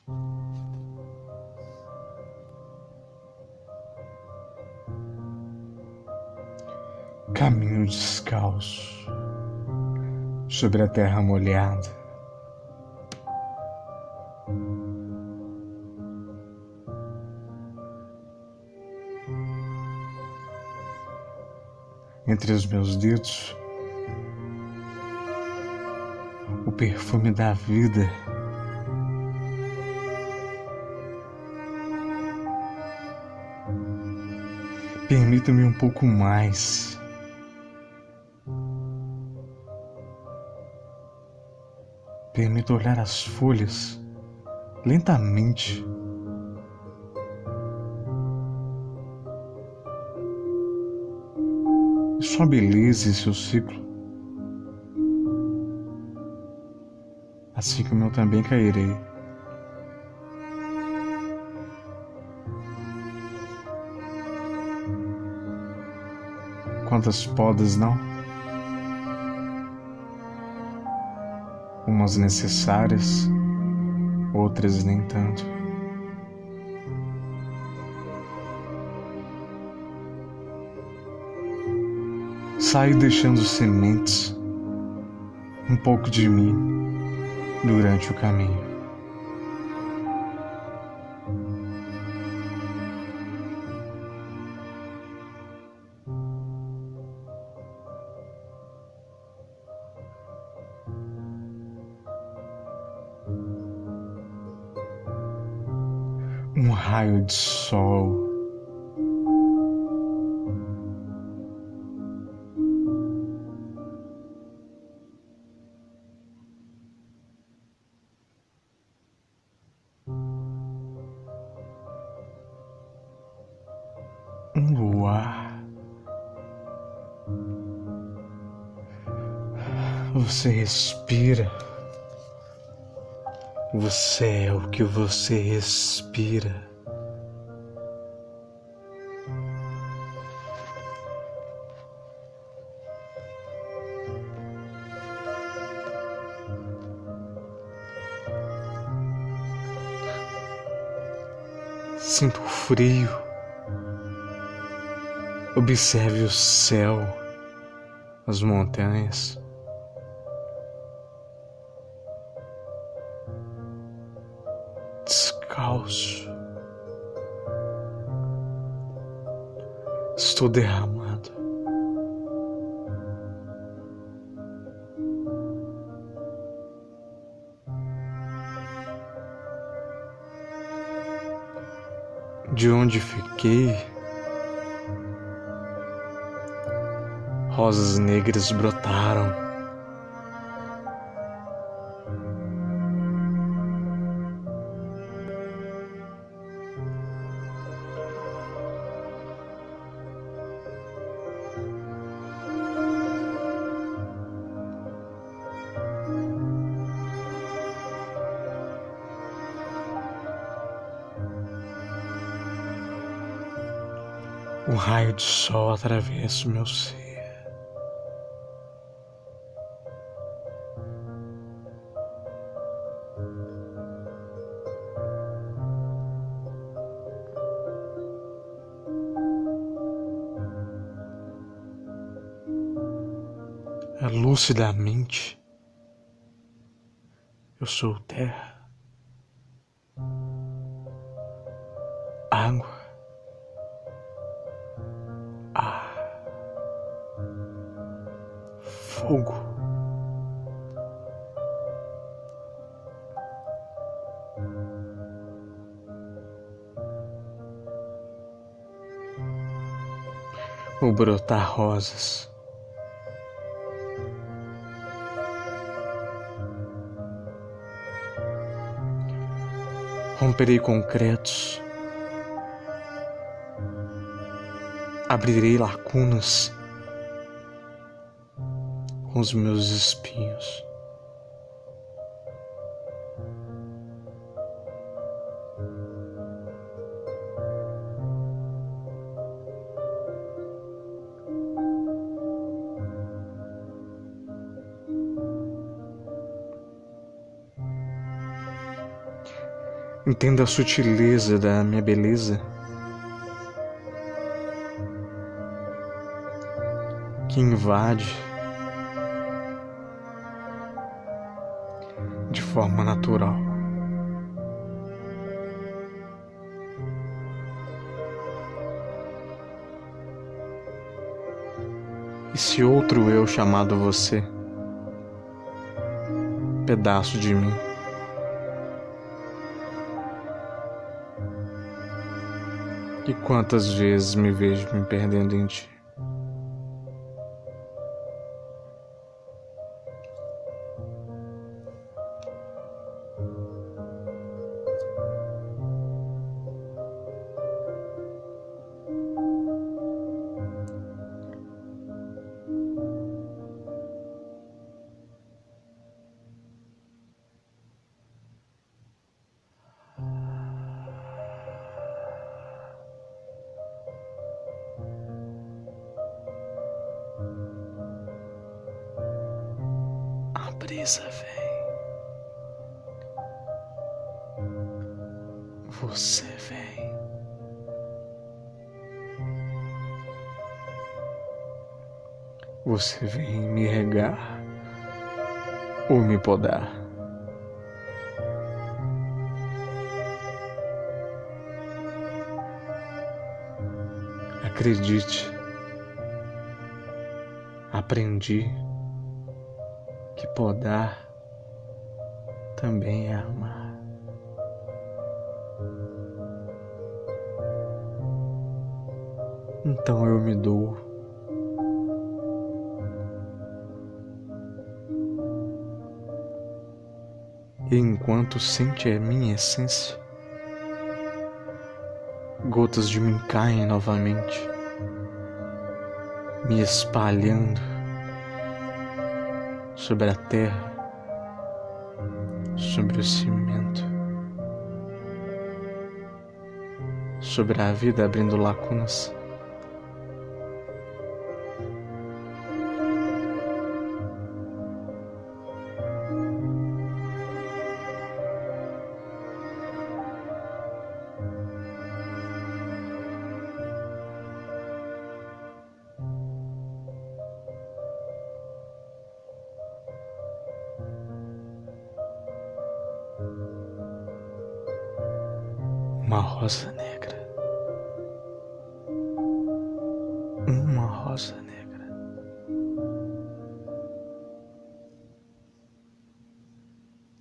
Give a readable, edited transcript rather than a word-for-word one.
Caminho descalço sobre a terra molhada. Entre os meus dedos, o perfume da vida. Permita-me um pouco mais. Permita olhar as folhas lentamente. Sua beleza e seu ciclo. Assim como eu também cairei. Quantas podas, não? Umas necessárias, outras nem tanto. Saio deixando sementes, um pouco de mim, durante o caminho. Um raio de sol. Um luar. Você respira. Você é o que você respira. Sinto o frio. Observe o céu, as montanhas. Descalço. Estou derramado. De onde fiquei, rosas negras brotaram. Um raio de sol atravessa o meu ser. Lucidamente, eu sou terra, água, ar, fogo. Vou brotar rosas. Romperei concretos. Abrirei lacunas com os meus espinhos. Entenda a sutileza da minha beleza, que invade de forma natural. Esse outro eu chamado você, pedaço de mim, e quantas vezes me vejo me perdendo em ti. A brisa vem, você vem, você vem me regar ou me podar. Acredite, aprendi que podar também é amar. Então eu me dou. E enquanto sente a minha essência, gotas de mim caem novamente, me espalhando sobre a terra, sobre o cimento, sobre a vida abrindo lacunas. Uma rosa negra.